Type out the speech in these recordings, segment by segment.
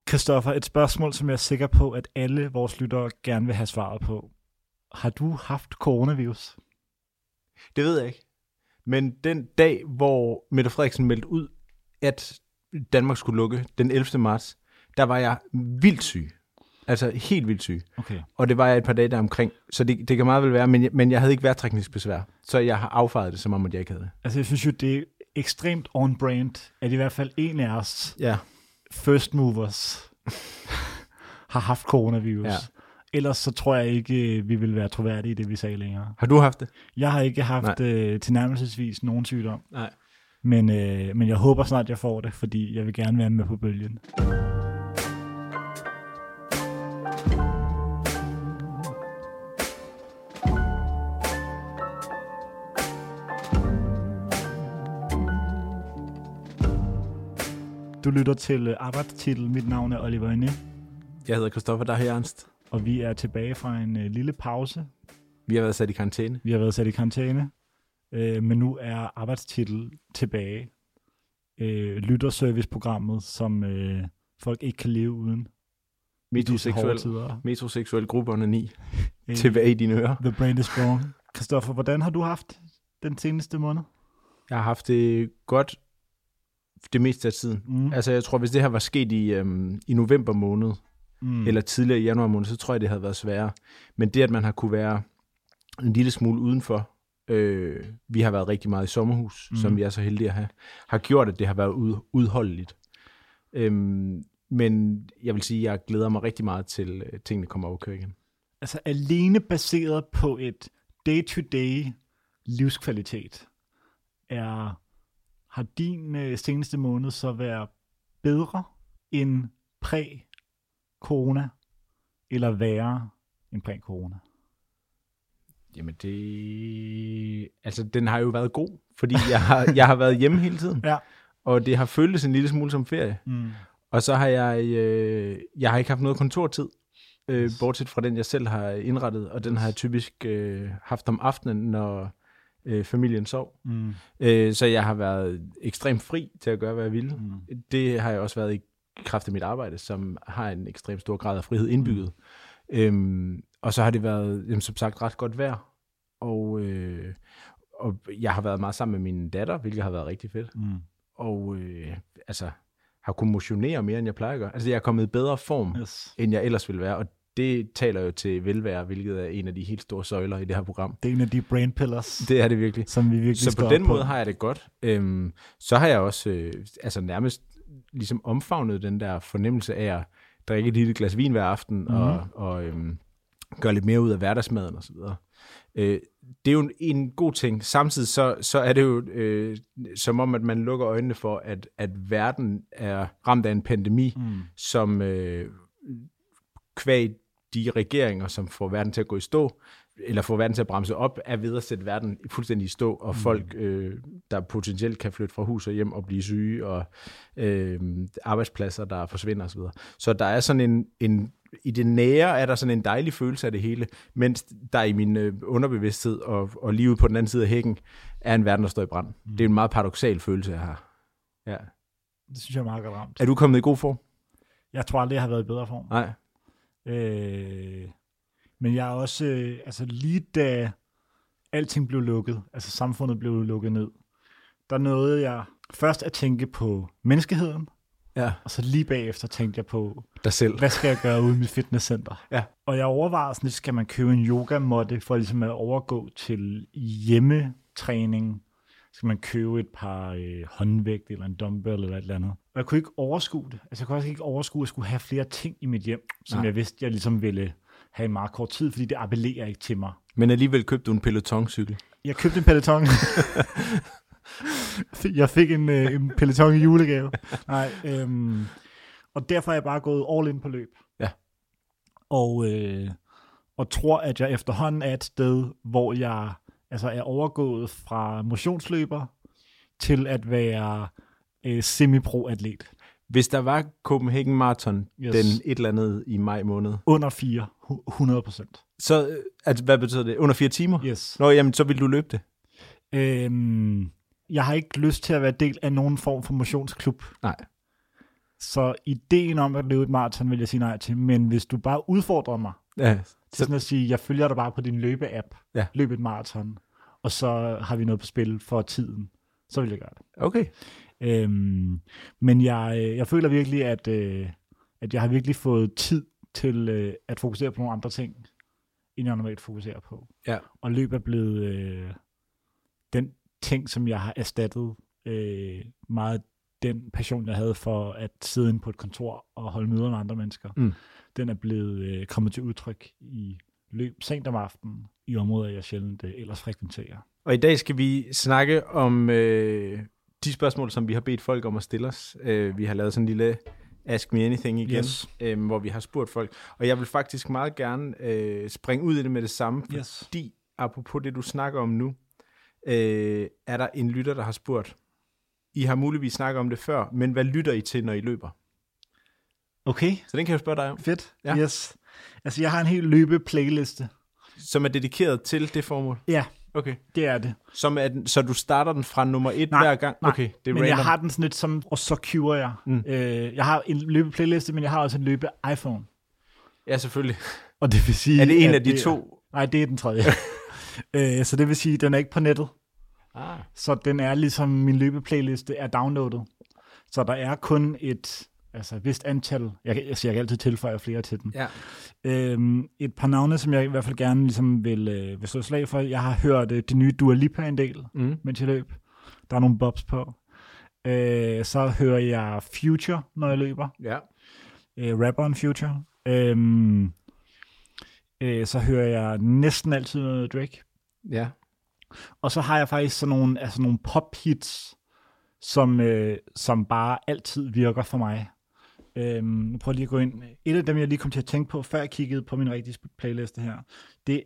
Christoffer, et spørgsmål, som jeg er sikker på, at alle vores lyttere gerne vil have svaret på. Har du haft coronavirus? Det ved jeg ikke. Men den dag, hvor Mette Frederiksen meldte ud, at Danmark skulle lukke den 11. marts, der var jeg vildt syg. Altså helt vildt syg. Okay. Og det var jeg et par dage der omkring. Så det kan meget vel være, men jeg havde ikke vejrtrækningsbesvær. Så jeg har affaret det, som om at jeg ikke havde det. Altså jeg synes jo, det er ekstremt on-brand, at i hvert fald en af os first movers har haft coronavirus. Ja. Ellers så tror jeg ikke, vi vil være troværdige i det, vi sagde længere. Har du haft det? Jeg har ikke haft tilnærmelsesvis nogen sygdom. Nej. Men jeg håber snart, jeg får det, fordi jeg vil gerne være med på bølgen. Du lytter til Arbejdstitel. Mit navn er Oliver Ene. Jeg hedder Christoffer Daher Ernst. Og vi er tilbage fra en lille pause. Vi har været sat i karantæne. Men nu er Arbejdstitel tilbage. Lytterserviceprogrammet, som folk ikke kan leve uden. Metroseksuel grupperne 9. Tilbage i dine ører. The brain is strong. Christoffer, hvordan har du haft den seneste måned? Jeg har haft det godt det meste af tiden. Altså jeg tror, hvis det her var sket i november måned, eller tidligere i januar måned, så tror jeg, det havde været sværere. Men det, at man har kunne være en lille smule udenfor, vi har været rigtig meget i sommerhus, som vi er så heldige at have, har gjort, at det har været udholdeligt. Men jeg vil sige, at jeg glæder mig rigtig meget til, tingene kommer over køre igen. Altså alene baseret på et day-to-day livskvalitet, har din seneste måned så været bedre end præ-corona, eller værre end præ-corona? Jamen den har jo været god, fordi jeg har været hjemme hele tiden, og det har føltes en lille smule som ferie. Og så har jeg har ikke haft noget kontortid, bortset fra den, jeg selv har indrettet, og den har jeg typisk haft om aftenen, når familien sov. Så jeg har været ekstremt fri til at gøre, hvad jeg ville. Det har jeg også været i kraft af mit arbejde, som har en ekstremt stor grad af frihed indbygget. Og så har det været, som sagt, ret godt vejr. Og jeg har været meget sammen med min datter, hvilket har været rigtig fedt. Og har kunnet motionere mere, end jeg plejer at gøre. Altså jeg er kommet i bedre form, end jeg ellers ville være, og det taler jo til velvære, hvilket er en af de helt store søjler i det her program. Det er en af de brain pillars. Det er det virkelig. Som vi virkelig så på den måde har jeg det godt. Så har jeg også nærmest ligesom omfavnet den der fornemmelse af at drikke et lille glas vin hver aften, og gøre lidt mere ud af hverdagsmaden og så videre. Det er jo en god ting. Samtidig så er det jo som om, at man lukker øjnene for, at verden er ramt af en pandemi, som kvæg de regeringer, som får verden til at gå i stå, eller får verden til at bremse op, er ved at sætte verden fuldstændig i stå, og folk, der potentielt kan flytte fra hus og hjem og blive syge, og arbejdspladser, der forsvinder osv. Så der er sådan i det nære er der sådan en dejlig følelse af det hele, mens der i min underbevidsthed og lige ude på den anden side af hækken, er en verden, der står i brand. Det er en meget paradoksal følelse, jeg har. Ja. Det synes jeg er meget godt ramt. Er du kommet i god form? Jeg tror aldrig, jeg har været i bedre form. Nej. Men jeg er også, lige da alting blev lukket, altså samfundet blev lukket ned, der nåede jeg først at tænke på menneskeheden, og så lige bagefter tænkte jeg på dig selv. Hvad skal jeg gøre ude i mit fitnesscenter? Ja. Og jeg overvejede sådan, skal man købe en yogamåtte for ligesom at overgå til hjemmetræning? Skal man købe et par håndvægte eller en dumbbell eller et eller andet? Og jeg kunne ikke overskue det. Altså jeg kunne også ikke overskue, at jeg skulle have flere ting i mit hjem, som jeg vidste, jeg ligesom ville have i meget kort tid, fordi det appellerer ikke til mig. Men alligevel købte du en Peloton-cykel? Jeg købte en Peloton. Jeg fik en Peloton i julegave. Nej, og derfor er jeg bare gået all in på løb. Ja. Og tror, at jeg efterhånden er et sted, hvor jeg er overgået fra motionsløber til at være semi-pro-atlet. Hvis der var Copenhagen Marathon, den et eller andet i maj måned. Under 100%. Så, hvad betyder det? Under 4 timer? Yes. Nå, jamen, så vil du løbe det? Jeg har ikke lyst til at være del af nogen form for motionsklub. Nej. Så ideen om at løbe et maraton vil jeg sige nej til, men hvis du bare udfordrer mig, til sådan at sige, jeg følger dig bare på din løbe-app, løb et maraton, og så har vi noget på spil for tiden, så vil jeg gøre det. Okay. Men jeg føler virkelig, at jeg har virkelig fået tid til at fokusere på nogle andre ting, end jeg normalt fokuserer på. Ja. Og løb er blevet den ting, som jeg har erstattet meget den passion, jeg havde for at sidde inde på et kontor og holde møder med andre mennesker. Den er blevet kommet til udtryk i løb sent om aftenen i områder, jeg sjældent ellers frekventerer. Og i dag skal vi snakke om de spørgsmål, som vi har bedt folk om at stille os. Vi har lavet sådan en lille Ask Me Anything igen, hvor vi har spurgt folk. Og jeg vil faktisk meget gerne springe ud i det med det samme, fordi apropos det, du snakker om nu, er der en lytter, der har spurgt, I har muligvis snakket om det før, men hvad lytter I til, når I løber? Okay. Så den kan jeg spørge dig om. Fedt, yes. Altså, jeg har en hel løbe-playliste. Som er dedikeret til det formål? Ja, okay. Det er det. Så du starter den fra nummer 1 hver gang? Nej, okay, det er men random. jeg har den sådan lidt som, og så cuer jeg. Jeg har en løbe-playliste, men jeg har også en løbe-iPhone. Ja, selvfølgelig. Og det vil sige... Er det en af de to? Nej, det er den tredje. Så det vil sige, at den er ikke på nettet. Så den er ligesom, min løbeplayliste er downloadet. Så der er kun et vist antal, jeg kan altid tilføje flere til den. Ja. Et par navne, som jeg i hvert fald gerne ligesom vil slå slag for. Jeg har hørt det nye Dua Lipa en del, mens jeg løb. Der er nogle bobs på. Så hører jeg Future, når jeg løber. Ja. Rapperen Future. Så hører jeg næsten altid noget Drake. Ja. Og så har jeg faktisk sådan nogle pop-hits, som bare altid virker for mig. Nu prøver jeg lige at gå ind. Et af dem, jeg lige kom til at tænke på, før jeg kiggede på min rigtige playliste her, det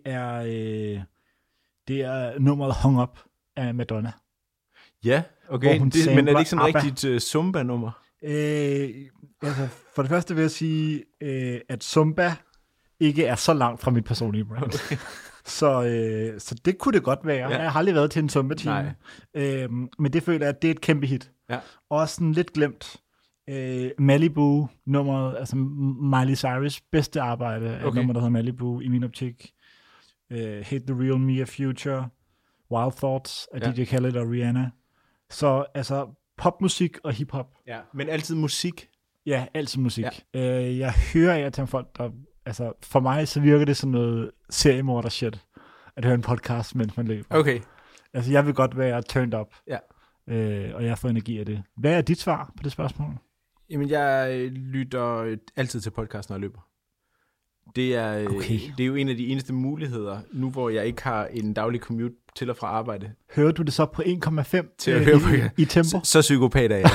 er nummeret Hung Up af Madonna. Ja, okay. Men er det ikke sådan et rigtigt Zumba-nummer? For det første vil jeg sige, at Zumba ikke er så langt fra mit personlige brand. Okay. Så det kunne det godt være. Ja. Jeg har aldrig været til en Zumba-time. Men det føler jeg, at det er et kæmpe hit. Ja. Også sådan lidt glemt. Malibu-nummeret, altså Miley Cyrus' bedste arbejde, er et nummer, der hedder Malibu, i min optik. Hate the Real Me of Future, Wild Thoughts af DJ Khaled og Rihanna. Så altså popmusik og hiphop. Ja, men altid musik? Ja, altid musik. Ja. Jeg hører af til folk, der... Altså, for mig så virker det som noget seriemorder-shit, at høre en podcast, mens man løber. Okay. Altså, jeg vil godt være turned up, ja. Og jeg får energi af det. Hvad er dit svar på det spørgsmål? Jamen, jeg lytter altid til podcast, når jeg løber. Det er jo en af de eneste muligheder, nu hvor jeg ikke har en daglig commute til og fra arbejde. Hører du det så på 1,5 til at høre på, i tempo? Så psykopat er jeg.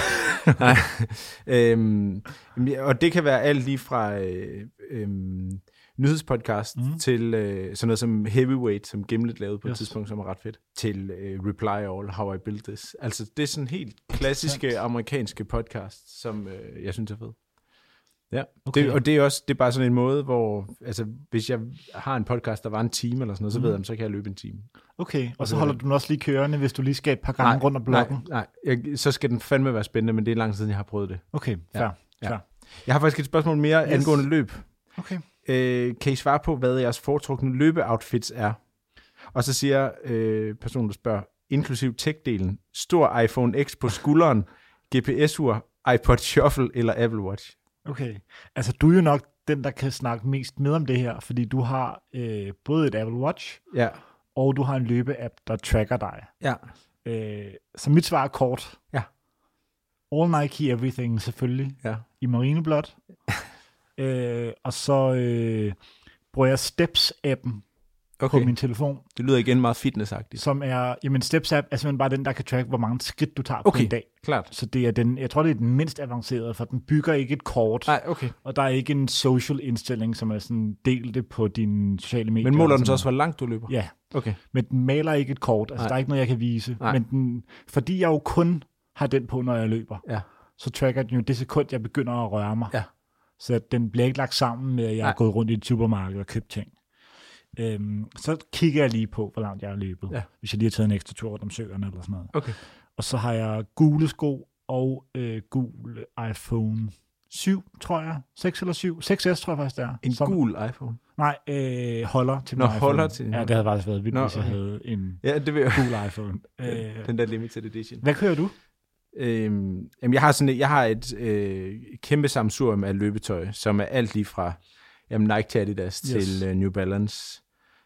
Nej. Og det kan være alt lige fra nyhedspodcast til sådan noget som Heavyweight, som Gimlet lavede på et tidspunkt, som er ret fedt, til Reply All, How I Built This. Altså, det er sådan helt klassiske amerikanske podcast, som jeg synes er fed. Ja, okay. Det er bare sådan en måde, hvor altså, hvis jeg har en podcast, der var en time eller sådan noget, så ved jeg, så kan jeg løbe en time. Okay, og så holder du den også lige kørende, hvis du lige skal et par gange rundt om blokken? Nej, så skal den fandme være spændende, men det er lang tid siden, jeg har prøvet det. Okay, fair. Jeg har faktisk et spørgsmål mere angående løb. Okay. Kan I svare på, hvad jeres foretrukne løbeoutfits er? Og så siger personen, der spørger, inklusiv tech-delen, stor iPhone X på skulderen, GPS-ur, iPod Shuffle eller Apple Watch? Okay, altså du er jo nok den, der kan snakke mest med om det her, fordi du har både et Apple Watch, og du har en løbeapp, der tracker dig. Ja. Så mit svar er kort. Ja. All Nike Everything selvfølgelig, i marineblåt. Og så bruger jeg Steps-appen på min telefon. Det lyder igen meget fitnessagtigt. Som er, Steps-app er simpelthen bare den, der kan track, hvor mange skridt du tager på en dag. Klart. Så det er den, jeg tror, det er den mindst avancerede, for den bygger ikke et kort. Nej, okay. Og der er ikke en social indstilling, som er sådan, del det på dine sociale medier. Men måler den så også, hvor langt du løber? Ja. Okay. Men den maler ikke et kort. Altså, der er ikke noget, jeg kan vise. Nej. Men fordi jeg jo kun har den på, når jeg løber, så tracker den jo det sekund, jeg begynder at røre mig. Ja. Så den bliver ikke lagt sammen med, at jeg er gået rundt i et supermarked og købt ting. Så kigger jeg lige på, hvor langt jeg har løbet. Hvis jeg lige har taget en ekstra tur rundt om søerne eller sådan noget. Okay. Og så har jeg gule sko og gul iPhone 7, tror jeg. 6 eller 7. 6S, tror jeg faktisk, det er. En gul iPhone? Nej, holder til min iPhone. Holder til. Ja, det havde faktisk været vildt, hvis jeg havde en gul iPhone. Den der limited edition. Hvad kører du? Jamen, jeg har et kæmpe sammensurium af løbetøj, som er alt lige fra Nike til Adidas til New Balance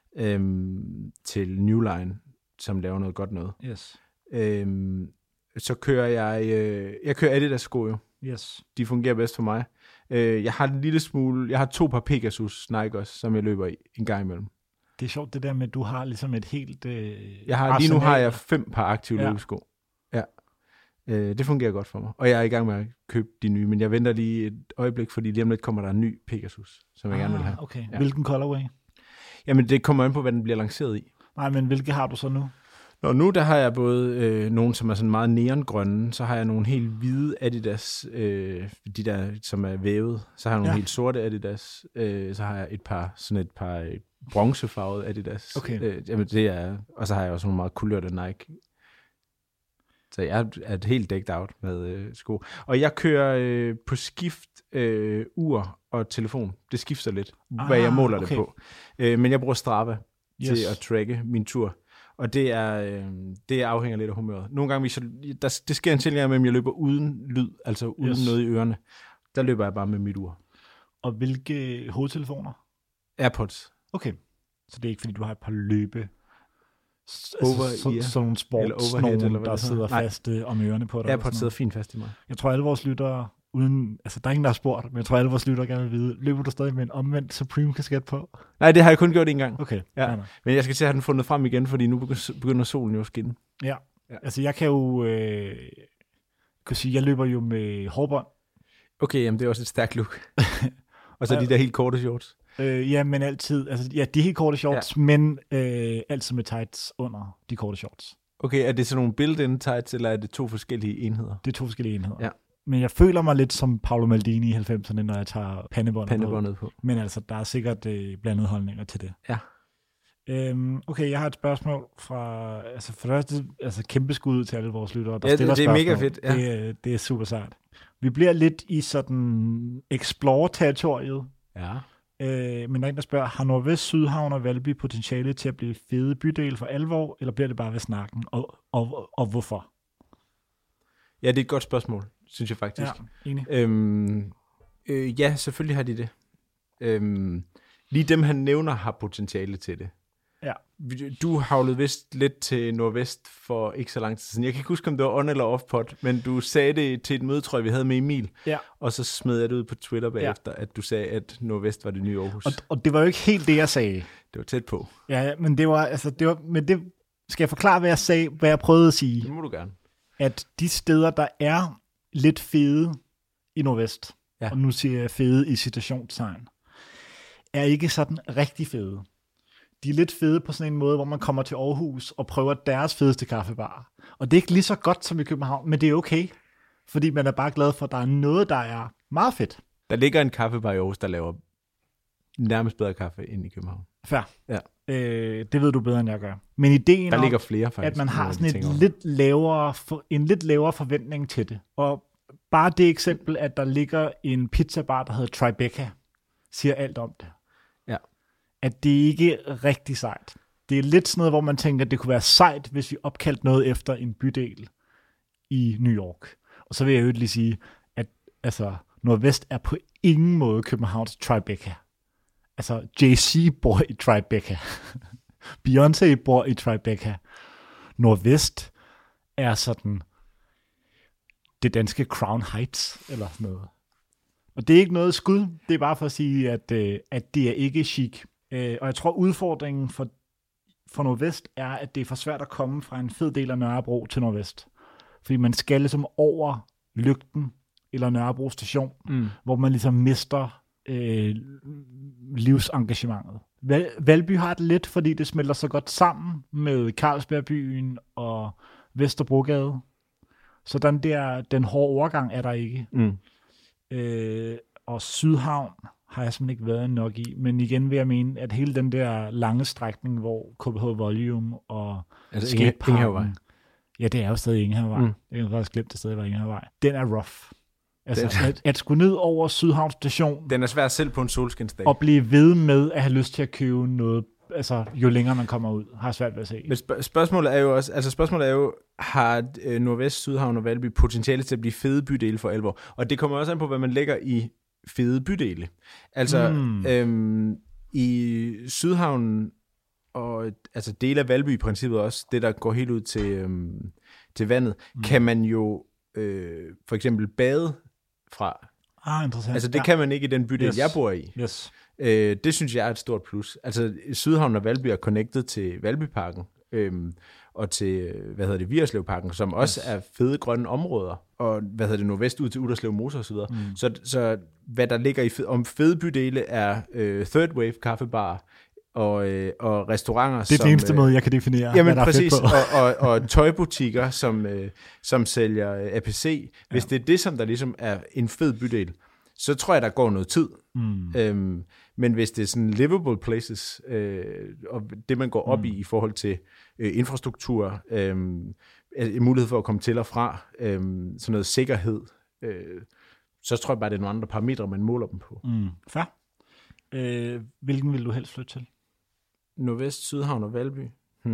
til New Line, som laver noget godt noget. Yes. Så kører jeg kører Adidas sko jo. Yes. De fungerer bedst for mig. Jeg har en lille smule, jeg har 2 par Pegasus Nike også, som jeg løber i en gang imellem. Det er sjovt det der med, at du har ligesom et helt lige nu har jeg 5 par aktive løbesko. Ja. Det fungerer godt for mig. Og jeg er i gang med at købe de nye, men jeg venter lige et øjeblik, fordi lige om lidt kommer der en ny Pegasus, som jeg gerne vil have. Okay. Ja. Hvilken colorway? Jamen, det kommer an på, hvad den bliver lanceret i. Nej, men hvilke har du så nu? Nu der har jeg både nogle, som er sådan meget neongrønne, så har jeg nogle helt hvide Adidas, de der, som er vævet. Så har jeg nogle helt sorte Adidas. Så har jeg et par bronzefarvede Adidas. Okay. Og så har jeg også nogle meget kulørte Nike. Så jeg er helt dækket out med sko. Og jeg kører på skift ur og telefon. Det skifter lidt, hvad jeg måler det på. Men jeg bruger Strava til at tracke min tur. Og det afhænger lidt af humøret. Nogle gange, det sker en sjældent gang, at jeg løber uden lyd, altså uden noget i ørerne. Der løber jeg bare med mit ur. Og hvilke hovedtelefoner? AirPods. Okay. Så det er ikke, fordi du har et par løbe... Sådan nogle sports, nogen, der sidder fast om ørerne på dig. AirPods sidder fint fast i mig. Jeg tror, alle vores lyttere, der er ingen, der har spurgt, men jeg tror, alle vores lyttere gerne vil vide, løber du stadig med en omvendt Supreme-kasket på? Nej, det har jeg kun gjort en gang. Okay. Ja. Men jeg skal se at have den fundet frem igen, fordi nu begynder solen jo at skinne. Ja. Altså jeg kan jo sige, jeg løber jo med hårbånd. Okay, jamen det er også et stærkt look. Og så de der helt korte shorts. Ja, men altid, de helt korte shorts, men altid med tights under de korte shorts. Okay, er det sådan nogle built-in tights, eller er det 2 forskellige enheder? Det er 2 forskellige enheder. Ja. Men jeg føler mig lidt som Paolo Maldini i 90'erne, når jeg tager pandebåndet på. Men altså, der er sikkert blandede holdninger til det. Ja. Okay, jeg har et spørgsmål fra, for det første, kæmpe skud til alle vores lyttere, der stiller spørgsmål. Det er mega fedt. Ja. Det er super sejt. Vi bliver lidt i sådan explore-territoriet. Ja. Men der er en, der spørger, har Nordvest, Sydhavn og Valby potentiale til at blive fede bydel for alvor, eller bliver det bare ved snakken? Og hvorfor? Ja, det er et godt spørgsmål, synes jeg faktisk. Ja, enig. Ja, selvfølgelig har de det. Lige dem, han nævner, har potentiale til det. Ja. Du havlede vist lidt til Nordvest for ikke så lang tid siden. Jeg kan ikke huske, om det var on eller off-pod, men du sagde det til et møde, tror jeg, vi havde med Emil. Ja. Og så smed jeg det ud på Twitter bagefter, at du sagde, at Nordvest var det nye Aarhus. Og det var jo ikke helt det, jeg sagde. Det var tæt på. Ja, men men det skal jeg forklare, hvad jeg sagde, hvad jeg prøvede at sige. Det må du gerne. At de steder, der er lidt fede i Nordvest, og nu siger jeg fede i citationstegn, er ikke sådan rigtig fede. De er lidt fede på sådan en måde, hvor man kommer til Aarhus og prøver deres fedeste kaffebar. Og det er ikke lige så godt som i København, men det er okay. Fordi man er bare glad for, at der er noget, der er meget fedt. Der ligger en kaffebar i Aarhus, der laver nærmest bedre kaffe end i København. Fair. Ja. Det ved du bedre, end jeg gør. Men ideen der ligger flere, faktisk, at man har sådan en lidt lavere forventning til det. Og bare det eksempel, at der ligger en pizzabar, der hedder Tribeca, siger alt om det. Ja. At det ikke er rigtig sejt. Det er lidt sådan noget, hvor man tænker, at det kunne være sejt, hvis vi opkaldte noget efter en bydel i New York. Og så vil jeg jo lige sige, at Nordvest er på ingen måde Københavns Tribeca. Altså, Jay-Z bor i Tribeca. Beyoncé bor i Tribeca. Nordvest er sådan det danske Crown Heights, eller sådan noget. Og det er ikke noget skud, det er bare for at sige, at det er ikke chic. Og jeg tror, udfordringen for Nordvest er, at det er for svært at komme fra en fed del af Nørrebro til Nordvest. Fordi man skal ligesom over Lygten eller Nørrebro station, hvor man ligesom mister livsengagementet. Valby har det lidt, fordi det smelter så godt sammen med Carlsbergbyen og Vesterbrogade. Så den hårde overgang er der ikke. Og Sydhavn har jeg simpelthen ikke været nok i. Men igen vil jeg mene, at hele den der lange strækning, hvor KBH Volume og Skateparken... Ingehavevej. Ja, det er jo stadig Ingehavevej. Det er jo faktisk glemt, det stadig var Ingehavevej. Den er rough. Altså, at skulle ned over Sydhavn Station... Den er svær selv på en solskinsdag. Og blive ved med at have lyst til at købe noget, altså jo længere man kommer ud, har jeg svært ved at se. Men spørgsmålet er jo, har Nordvest, Sydhavn og Valby potentiale til at blive fede bydele for alvor? Og det kommer også an på, hvad man lægger i fede bydele. Altså, i Sydhavn og altså dele af Valby i princippet også, det der går helt ud til vandet, kan man jo for eksempel bade fra. Interessant. Altså det kan man ikke i den bydel, jeg bor i. Yes. Det synes jeg er et stort plus. Altså Sydhavn og Valby er connected til Valbyparken og til, Vigerslevparken, som også er fede grønne områder, og nordvest ud til Utterslev Mose og så videre. Så hvad der ligger om fede bydele er Third Wave kaffebar og restauranter. Det er det eneste måde, jeg kan definere, jamen, hvad der præcis, er og tøjbutikker, som sælger APC. Hvis det er det, som der ligesom er en fed bydel, så tror jeg, der går noget tid. Men hvis det er sådan livable places, og det man går op i forhold til infrastruktur, mulighed for at komme til og fra, sådan noget sikkerhed, så tror jeg bare, det er nogle andre parametre, man måler dem på. Fair. Hvilken vil du helst flytte til? Nordvest, Sydhavn og Valby.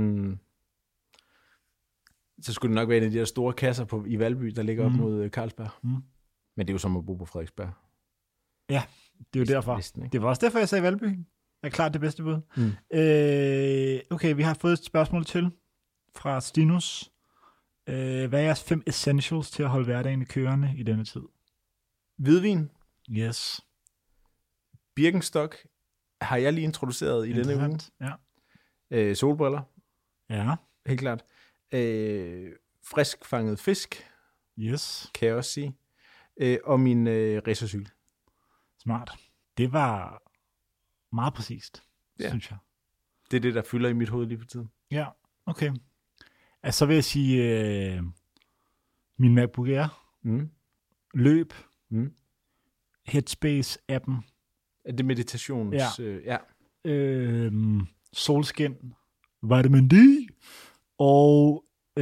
Så skulle det nok være en af de der store kasser i Valby, der ligger op mod Carlsberg. Men det er jo som at bo på Frederiksberg. Ja, det er jo derfor. Det var også derfor, jeg sagde Valby. Er klart det bedste bud. Okay, vi har fået et spørgsmål til fra Stinus. Hvad er jeres 5 essentials til at holde hverdagen i kørende i denne tid? Hvidvin. Yes. Birkenstock har jeg lige introduceret i denne uge. Ja. Solbriller. Ja. Helt klart. Frisk fanget fisk. Yes. Kan jeg også sige. Og min racercykel. Smart. Det var meget præcist, synes jeg. Det er det, der fylder i mit hoved lige for tiden. Ja, okay. Altså, så vil jeg sige min MacBook Air. Løb. Headspace-appen. Er det meditations... Ja. Solskin. Vitamin D. Og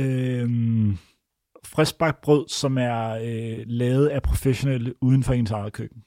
friskbagt brød, som er lavet af professionelle uden for ens eget køkken.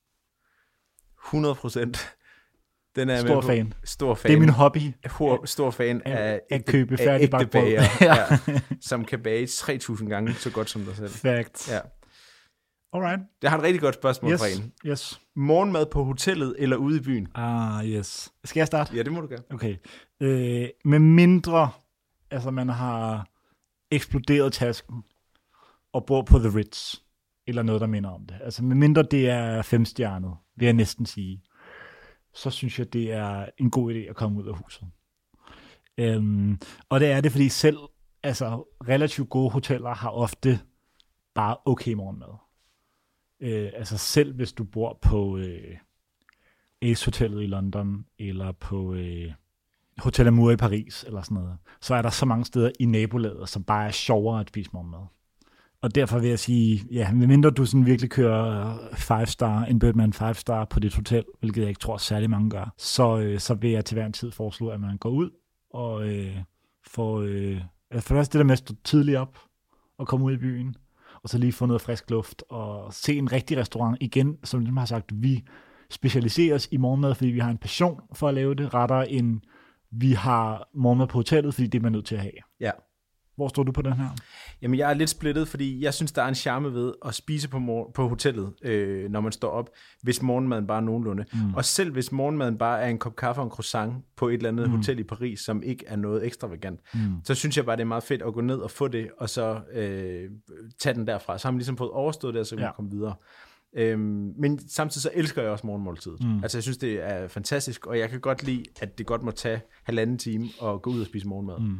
100%. Den er stor fan. Stor fan. Det er min hobby. Stor fan af at købe færdigbagt brød. Ja. Som kan bage 3.000 gange så godt som dig selv. Fact. Ja. Alright. Jeg har et rigtig godt spørgsmål fra en. Yes. Morgenmad på hotellet eller ude i byen? Yes. Skal jeg starte? Ja, det må du gerne. Okay. Med mindre, altså man har eksploderet tasken og bor på The Ritz, eller noget, der minder om det. Altså med mindre det er 5-stjernet, vil jeg næsten sige, så synes jeg, det er en god idé at komme ud af huset. Og det er det, fordi selv altså relativt gode hoteller har ofte bare okay morgenmad. Altså selv hvis du bor på Ace-hotellet i London, eller på Hotel Amour i Paris, eller sådan noget, så er der så mange steder i nabolaget, som bare er sjovere at spise morgenmad. Og derfor vil jeg sige, ja, medmindre du sådan virkelig kører 5-star, en Birdman 5-star på dit hotel, hvilket jeg ikke tror særlig mange gør, så vil jeg til hver en tid foreslå, at man går ud og får først det der med at stå tidligt op og komme ud i byen, og så lige få noget frisk luft og se en rigtig restaurant. Igen, som de har sagt, vi specialiserer os i morgenmad, fordi vi har en passion for at lave det, rettere end vi har morgenmad på hotellet, fordi det er man nødt til at have. Ja. Hvor står du på den her? Jamen, jeg er lidt splittet, fordi jeg synes, der er en charme ved at spise på hotellet, når man står op, hvis morgenmaden bare er nogenlunde. Og selv hvis morgenmaden bare er en kop kaffe og en croissant på et eller andet hotel i Paris, som ikke er noget ekstravagant, så synes jeg bare, det er meget fedt at gå ned og få det, og så tage den derfra. Så har man ligesom fået overstået det, så kan man komme videre. Men samtidig så elsker jeg også morgenmåltidet. Altså jeg synes det er fantastisk, og jeg kan godt lide, at det godt må tage 1,5 time og gå ud og spise morgenmad.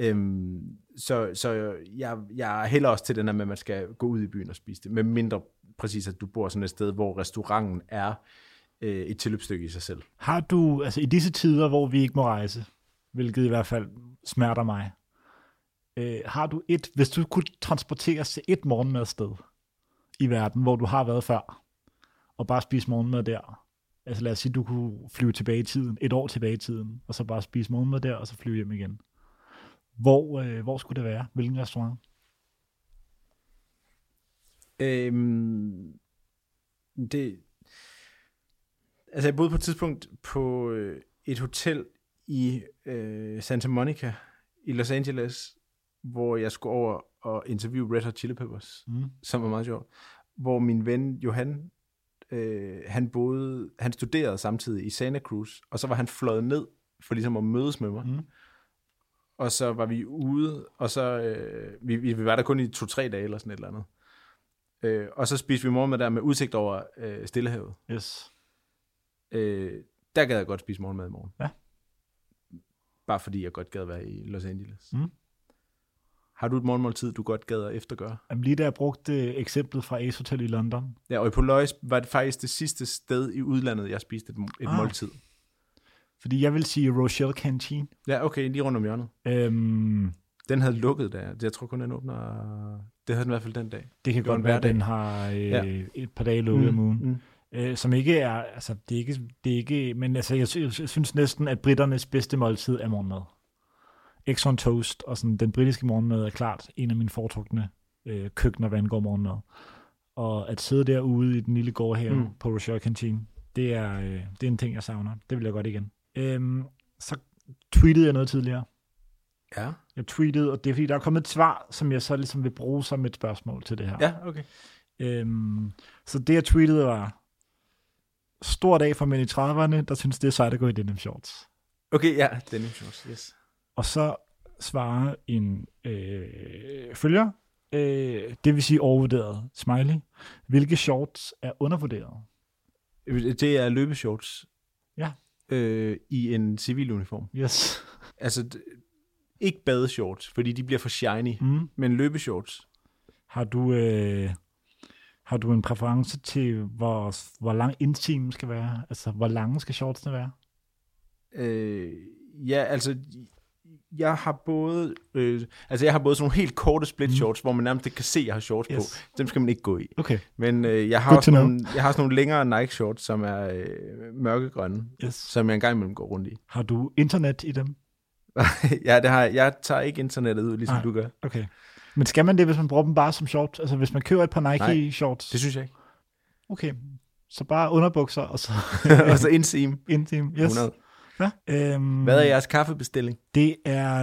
Så jeg er heller også til den her med, at man skal gå ud i byen og spise det, med mindre præcis, at du bor sådan et sted, hvor restauranten er et tilløbsstykke i sig selv. Har du, altså i disse tider, hvor vi ikke må rejse, hvilket i hvert fald smerter mig, har du hvis du kunne transporteres til et morgenmadsted i verden, hvor du har været før, og bare spise morgenmad der. Altså lad os sige, du kunne flyve tilbage i tiden, 1 år tilbage i tiden, og så bare spise morgenmad der, og så flyve hjem igen. Hvor skulle det være? Hvilken restaurant? Altså, jeg boede på et tidspunkt på et hotel i Santa Monica i Los Angeles, hvor jeg skulle over og interviewe Red Hot Chili Peppers, som var meget sjovt. Hvor min ven Johan, han studerede samtidig i Santa Cruz, og så var han fløjet ned for ligesom at mødes med mig. Og så var vi ude, og så vi var der kun i 2-3 dage eller sådan et eller andet. Og så spiste vi morgenmad der med udsigt over Stillehavet. Yes. Der gad jeg godt spise morgenmad i morgen. Ja. Bare fordi jeg godt gad være i Los Angeles. Har du et morgenmåltid, du godt gad at eftergøre? Jamen, lige da jeg brugte eksemplet fra Ace Hotel i London. Ja, og i Polois var det faktisk det sidste sted i udlandet, jeg spiste et måltid. Fordi jeg vil sige Rochelle Canteen. Ja, okay, lige rundt om hjørnet. Den havde lukket der. Jeg tror kun, den åbner... Det havde den i hvert fald den dag. Det kan godt være, at den har et par dage lukket om ugen. Som ikke er... Altså, det er ikke... Men altså, jeg synes næsten, at britternes bedste måltid er morgenmad. Eggs on toast, og sådan, den britiske morgenmad er klart en af mine foretrukne køkkener, hvad angår morgenmad. Og at sidde derude i den lille gårdhave på Rochelle Canteen, det er en ting, jeg savner. Det vil jeg godt igen. Så tweetede jeg noget tidligere. Ja. Jeg tweetede, og det er fordi, der er kommet et svar, som jeg så ligesom vil bruge som et spørgsmål til det her. Ja, okay. Så det, jeg tweetede, var stor dag for mænd i 30'erne, der synes, det er sejt at gå i denim shorts. Okay, ja, denim shorts, yes. Og så svarer en følger, det vil sige overvurderet smiley. Hvilke shorts er undervurderet? Det er løbeshorts. Ja. I en civiluniform. Yes. Altså, ikke badeshorts, fordi de bliver for shiny, men løbeshorts. Har du en præference til, hvor lang indtimen skal være? Altså, hvor lange skal shortsene være? Ja, altså... Jeg har både sådan nogle helt korte split shorts, hvor man nærmest ikke kan se, at jeg har shorts på. Dem skal man ikke gå i. Okay. Men jeg har også sådan nogle længere Nike shorts, som er mørkegrønne, som jeg engang imellem går rundt i. Har du internet i dem? Ja, det har jeg. Jeg tager ikke internettet ud, ligesom du gør. Okay. Men skal man det, hvis man bruger dem bare som shorts? Altså hvis man køber et par Nike shorts? Det synes jeg ikke. Okay. Så bare underbukser, og så... og så inseam. Inseam, yes. 100. Ja. Hvad er jeres kaffebestilling? Det er...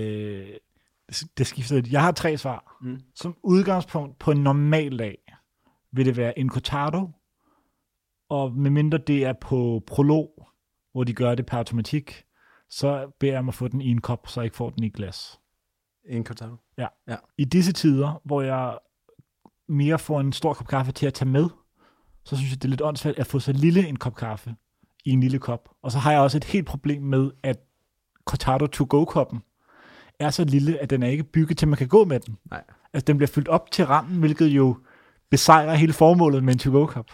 det skifter lidt. Jeg har 3 svar. Som udgangspunkt på en normal dag vil det være en cortado, og medmindre det er på prolog, hvor de gør det per automatik, så beder jeg mig at få den i en kop, så jeg ikke får den i glas. En cortado? Ja. I disse tider, hvor jeg mere får en stor kop kaffe til at tage med, så synes jeg, det er lidt åndssvagt at få så lille en kop kaffe i en lille kop. Og så har jeg også et helt problem med, at Cortado to-go-koppen er så lille, at den er ikke bygget til, at man kan gå med den. Nej. Altså, den bliver fyldt op til randen, hvilket jo besejrer hele formålet med en to-go-kop.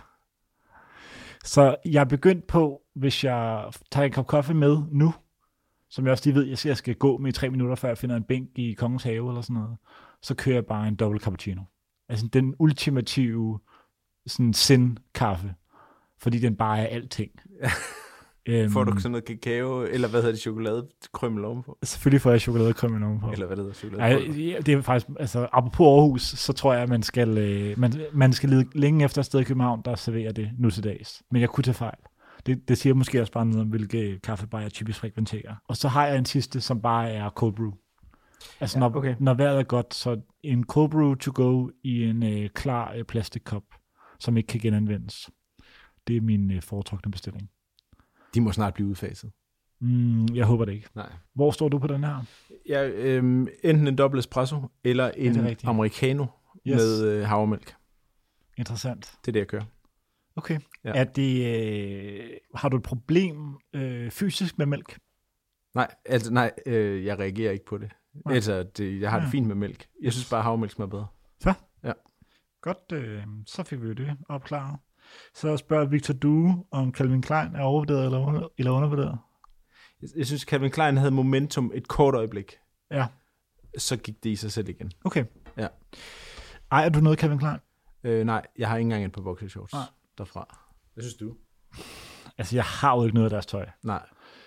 Så jeg er begyndt på, hvis jeg tager en kop kaffe med nu, som jeg også lige ved, jeg skal gå med i 3 minutter, før jeg finder en bænk i Kongens Have eller sådan noget, så kører jeg bare en double cappuccino. Altså den ultimative sådan sin-kaffe, fordi den bare er alting. Får du sådan noget kakao, eller hvad hedder det, chokoladekrymmel ovenpå? Selvfølgelig får jeg chokoladekrymmel ovenpå. Eller hvad det hedder, chokoladekrymmel? Nej, det er faktisk, altså apropos Aarhus, så tror jeg, at man skal lede længe efter et sted i København, der serverer det nu til dags. Men jeg kunne tage fejl. Det siger måske også bare noget om, hvilke kaffebar jeg typisk frekventerer. Og så har jeg en sidste, som bare er cold brew. Altså når vejret er godt, så en cold brew to go i en klar plastikkop, som ikke kan genanvendes. Det er min foretrukne bestilling. De må snart blive udfaset. Jeg håber det ikke. Nej. Hvor står du på den her? Ja, enten en dobbelt espresso, eller en americano med havremælk. Interessant. Det er det, jeg kører. Okay. Ja. Er det, har du et problem fysisk med mælk? Nej, jeg reagerer ikke på det. Altså, jeg har det fint med mælk. Jeg synes bare, havremælk smager bedre. Så? Ja. Godt, så fik vi jo det opklaret. Så spørger Victor Due, om Calvin Klein er overvurderet eller undervurderet? Jeg synes, Calvin Klein havde momentum et kort øjeblik. Ja. Så gik det i sig selv igen. Okay. Ja. Ejer du noget Calvin Klein? Nej, jeg har ikke engang et par boxershorts derfra. Hvad synes du? Altså, jeg har jo ikke noget af deres tøj. Nej.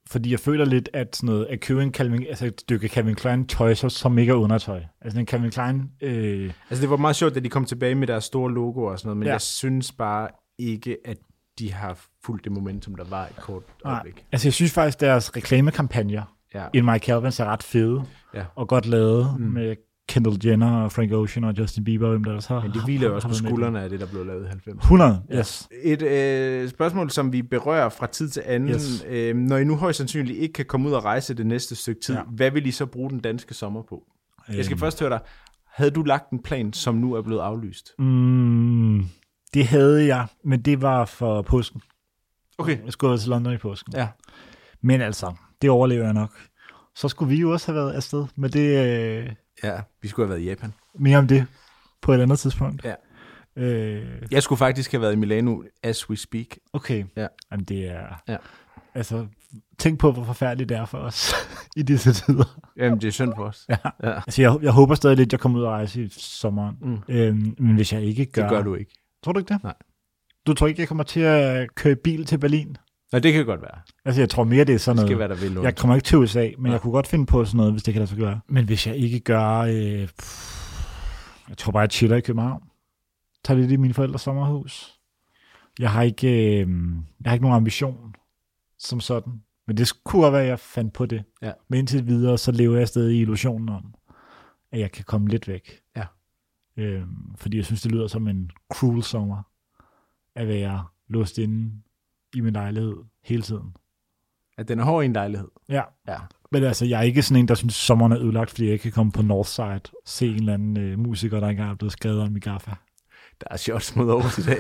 Fordi jeg føler lidt, at sådan noget, at købe et stykke Calvin Klein tøj, som ikke er undertøj. Altså en Calvin Klein... Altså det var meget sjovt, at de kom tilbage med deres store logo og sådan noget, men jeg synes bare ikke, at de har fulgt det momentum, der var et kort øjeblik. Altså jeg synes faktisk, deres reklamekampagner in My Calvins er ret fede og godt lavet med Kendall Jenner og Frank Ocean og Justin Bieber, hvem der også har. Men det hviler jo også på skuldrene af det, der blev lavet i 90'erne. 100, yes. Et spørgsmål, som vi berører fra tid til anden. Yes. Når I nu højst sandsynligt ikke kan komme ud og rejse det næste stykke tid, hvad vil I så bruge den danske sommer på? Jeg skal først høre dig. Havde du lagt en plan, som nu er blevet aflyst? Det havde jeg, men det var for påsken. Okay. Jeg skulle til London i påsken. Ja. Men altså, det overlever jeg nok. Så skulle vi jo også have været afsted med det... Ja, vi skulle have været i Japan. Mere om det på et andet tidspunkt. Ja. Jeg skulle faktisk have været i Milano as we speak. Okay. Ja. Jamen det er... Ja. Altså, tænk på, hvor forfærdeligt det er for os i disse tider. Jamen, det er synd for os. Ja. Altså, jeg håber stadig lidt, at jeg kommer ud og rejse i sommeren. Men hvis jeg ikke gør... Det gør du ikke. Tror du ikke det? Nej. Du tror ikke, jeg kommer til at køre bil til Berlin? Nej, det kan godt være. Altså, jeg tror mere, det er sådan noget. Det skal være, der vil. Jeg kommer ikke til USA, men jeg kunne godt finde på sådan noget, hvis det kan lade sig gøre. Men hvis jeg ikke gør... jeg tror bare, jeg chiller i København. Tager lidt i mine forældres sommerhus. Jeg har ikke nogen ambition som sådan. Men det kunne godt være, at jeg fandt på det. Ja. Men indtil videre, så lever jeg stadig i illusionen om, at jeg kan komme lidt væk. Ja. Fordi jeg synes, det lyder som en cruel sommer. At være låst inde i min lejlighed hele tiden. At den er hård i en lejlighed? Ja. Men altså, jeg er ikke sådan en, der synes, sommeren er ødelagt, fordi jeg ikke kan komme på Northside, se en eller anden musiker, der engang er blevet skrevet om i Gaffa. Der er shots mod Aarhus i dag.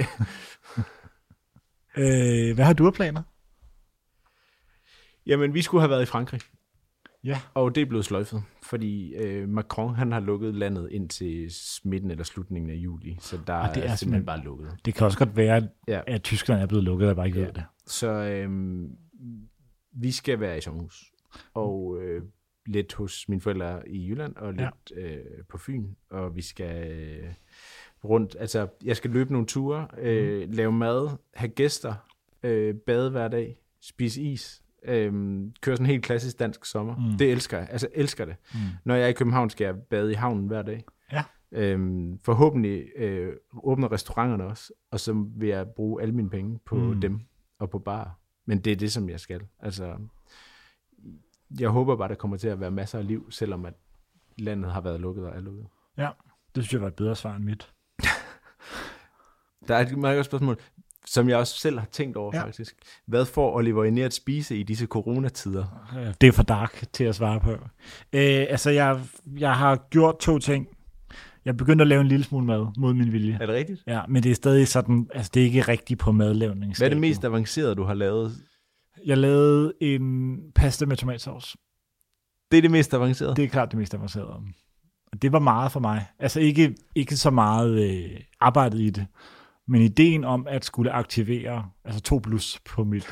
Hvad har du af planer? Jamen, vi skulle have været i Frankrig. Ja. Og det er blevet sløjfet, fordi Macron, han har lukket landet indtil midten eller slutningen af juli, så der er simpelthen bare lukket. Det kan også godt være, at Tyskland er blevet lukket, og bare ikke ved det. Så vi skal være i sommerhus, og lidt hos mine forældre i Jylland, og lidt på Fyn, og vi skal rundt, altså jeg skal løbe nogle ture, lave mad, have gæster, bade hver dag, spise is, køre sådan en helt klassisk dansk sommer. Det elsker jeg. Altså elsker det. Når jeg er i København, skal jeg bade i havnen hver dag. Ja. Forhåbentlig åbner restauranterne også, og så vil jeg bruge alle mine penge på dem og på bar. Men det er det, som jeg skal. Altså, jeg håber bare, der kommer til at være masser af liv, selvom at landet har været lukket og er lukket. Ja, det synes jeg var et bedre svar end mit. Der er et meget godt spørgsmål, som jeg også selv har tænkt over faktisk. Hvad får Oliver Inde at spise i disse coronatider? Det er for dark til at svare på. Altså, jeg har gjort 2 ting. Jeg begyndte at lave en lille smule mad mod min vilje. Er det rigtigt? Ja, men det er stadig sådan, altså det er ikke rigtigt på madlavning. Hvad er det mest avancerede, du har lavet? Jeg lavede en pasta med tomatsauce. Det er det mest avancerede? Det er klart det mest avancerede. Det var meget for mig. Altså ikke så meget arbejdet i det. Men ideen om at skulle aktivere, altså 2 plus på mit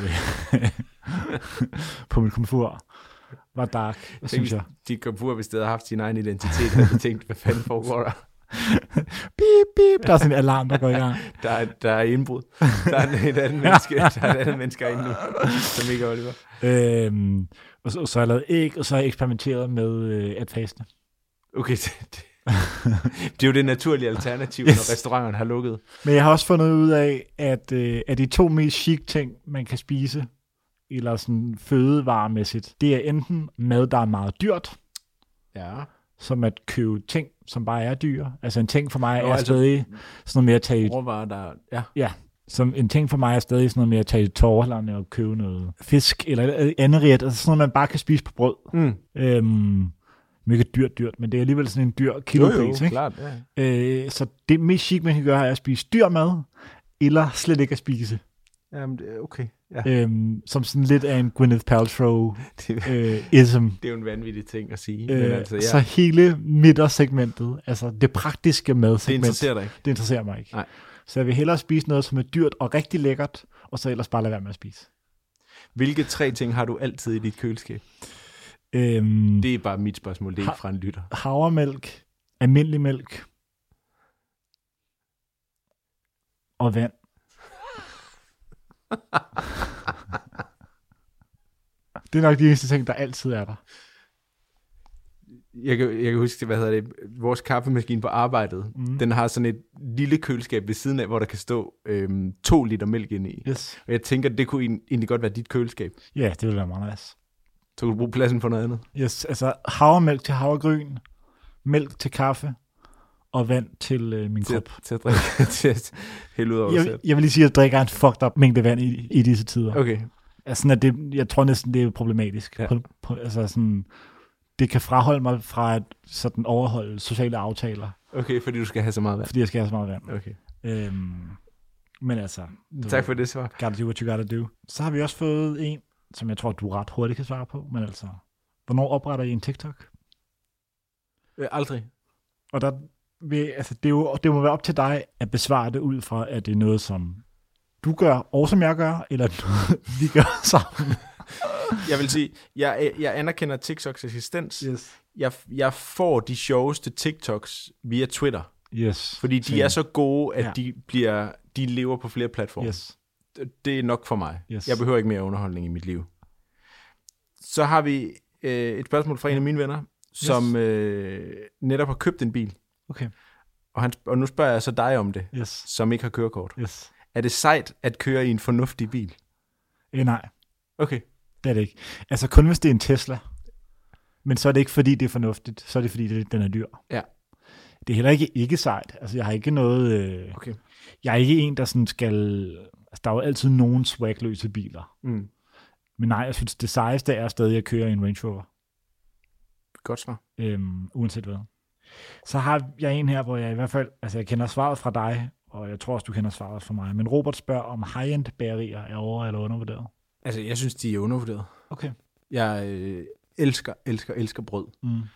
på mit komfur, var dark, synes jeg. Dit komfur, hvis det havde haft sin egen identitet, havde tænkt, hvad fanden foregår der? Bip, bip, der er sådan en alarm, der går i gang. Der er indbrud. Der er et andet menneske inde nu, som ikke er Oliver. Og så har jeg lavet æg, og så har jeg eksperimenteret med at faste. Okay, det er jo det naturlige alternativ, når restauranterne har lukket. Men jeg har også fundet ud af, at de 2 mest chic ting, man kan spise, eller sådan fødevaremæssigt, det er enten mad, der er meget dyrt, som at købe ting, som bare er dyre. Altså en ting for mig er stadig sådan noget med at tage... Råvarer, der... Ja, som en ting for mig er stadig sådan noget med at tage i Torlande og købe noget fisk, eller andet ret, altså sådan noget, man bare kan spise på brød. Mega dyrt, men det er alligevel sådan en dyr kilopris, ikke? Klart, så det mest chic, man kan gøre, er at spise dyr mad, eller slet ikke at spise. Jamen, okay. Ja. Som sådan lidt af en Gwyneth Paltrow-ism. Det er jo en vanvittig ting at sige. Men altså, så hele midtersegmentet, altså det praktiske madsegment, det interesserer dig ikke? Det interesserer mig ikke. Nej. Så jeg vil hellere spise noget, som er dyrt og rigtig lækkert, og så ellers bare lade være med at spise. Hvilke 3 ting har du altid i dit køleskab? Det er bare mit spørgsmål, det er ikke fra en lytter. Havremælk, almindelig mælk og vand. Det er nok de eneste ting, der altid er der. Jeg kan huske, vores kaffemaskine på arbejdet, den har sådan et lille køleskab ved siden af, hvor der kan stå 2 liter mælk inde i. Yes. Og jeg tænker, det kunne egentlig godt være dit køleskab. Ja, det ville være meget nice. Så kunne du bruge pladsen for noget andet. Yes, altså havremælk til havregryn, mælk til kaffe og vand til min kop. Til at drikke, til at hælde ud over selv. Jeg vil lige sige, at jeg drikker en fucked up mængde vand i disse tider. Okay. Altså, at jeg tror næsten, det er problematisk. Ja. Altså sådan, det kan fraholde mig fra at sådan overholde sociale aftaler. Okay, fordi du skal have så meget vand. Fordi jeg skal have så meget vand. Okay. Men altså... Tak for det svar. Gotta do what you gotta do. Så har vi også fået en, som jeg tror, du ret hurtigt kan svare på, men altså... Hvornår opretter I en TikTok? Aldrig. Og der det må være op til dig at besvare det ud fra, at det er noget, som du gør, og som jeg gør, eller noget, vi gør sammen. Jeg vil sige, jeg anerkender TikToks eksistens. Yes. Jeg får de sjoveste TikToks via Twitter. Yes. Fordi de er så gode, at de lever på flere platforme. Yes. Det er nok for mig. Yes. Jeg behøver ikke mere underholdning i mit liv. Så har vi et spørgsmål fra en af mine venner, som netop har købt en bil. Okay. Og nu spørger jeg så dig om det, som ikke har kørekort. Yes. Er det sejt at køre i en fornuftig bil? Nej. Okay. Det er det ikke. Altså kun hvis det er en Tesla. Men så er det ikke, fordi det er fornuftigt. Så er det, fordi den er dyr. Ja. Det er heller ikke sejt. Altså jeg har ikke noget... Okay. Jeg er ikke en, der sådan skal... Altså der er jo altid nogen swagløse biler. Mm. Men nej, jeg synes, det sejeste er stadig at køre i en Range Rover. Godt svar. Uanset hvad. Så har jeg en her, hvor jeg i hvert fald... Altså jeg kender svaret fra dig, og jeg tror også, du kender svaret fra mig. Men Robert spørger, om high-end bagerier er over- eller undervurderet. Altså, jeg synes, de er undervurderet. Okay. Jeg elsker brød.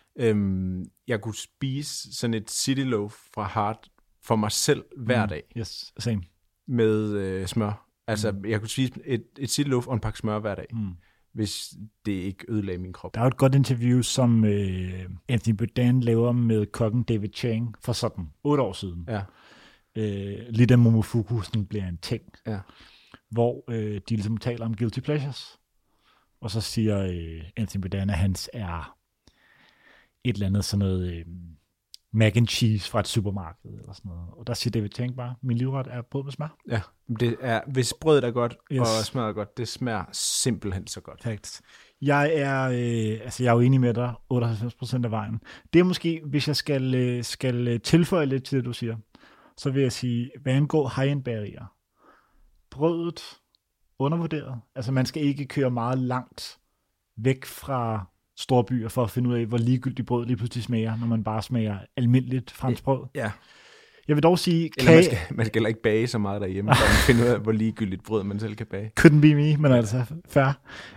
Jeg kunne spise sådan et City Loaf fra Hart for mig selv hver dag. Yes, same. Med smør. Altså, jeg kunne spise et City Loaf og en pakke smør hver dag, hvis det ikke ødelagde min krop. Der er jo et godt interview, som Anthony Bourdain laver med kokken David Chang for sådan 8 år siden. Ja. Lidt af Momofuku sådan bliver en ting. Ja. Hvor de ligesom taler om guilty pleasures. Og så siger Anthony Bourdain, at hans er et eller andet sådan noget mac and cheese fra et supermarked eller sådan noget. Og der siger David Chang bare, min livret er brød med smør. Ja, det er, hvis brødet er godt og smør er godt, det smager simpelthen så godt. Perfekt. Jeg er jo enig med dig 98% af vejen. Det er måske, hvis jeg skal tilføje lidt til det, du siger, så vil jeg sige, hvad angår high-end bagerier, brødet undervurderet. Altså man skal ikke køre meget langt væk fra store byer for at finde ud af, hvor ligegyldigt brød lige pludselig smager, når man bare smager almindeligt fransk brød. Ja. Jeg vil dog sige... man skal heller ikke bage så meget derhjemme, for at finde ud af, hvor ligegyldigt brød man selv kan bage. Couldn't be me, men altså fair.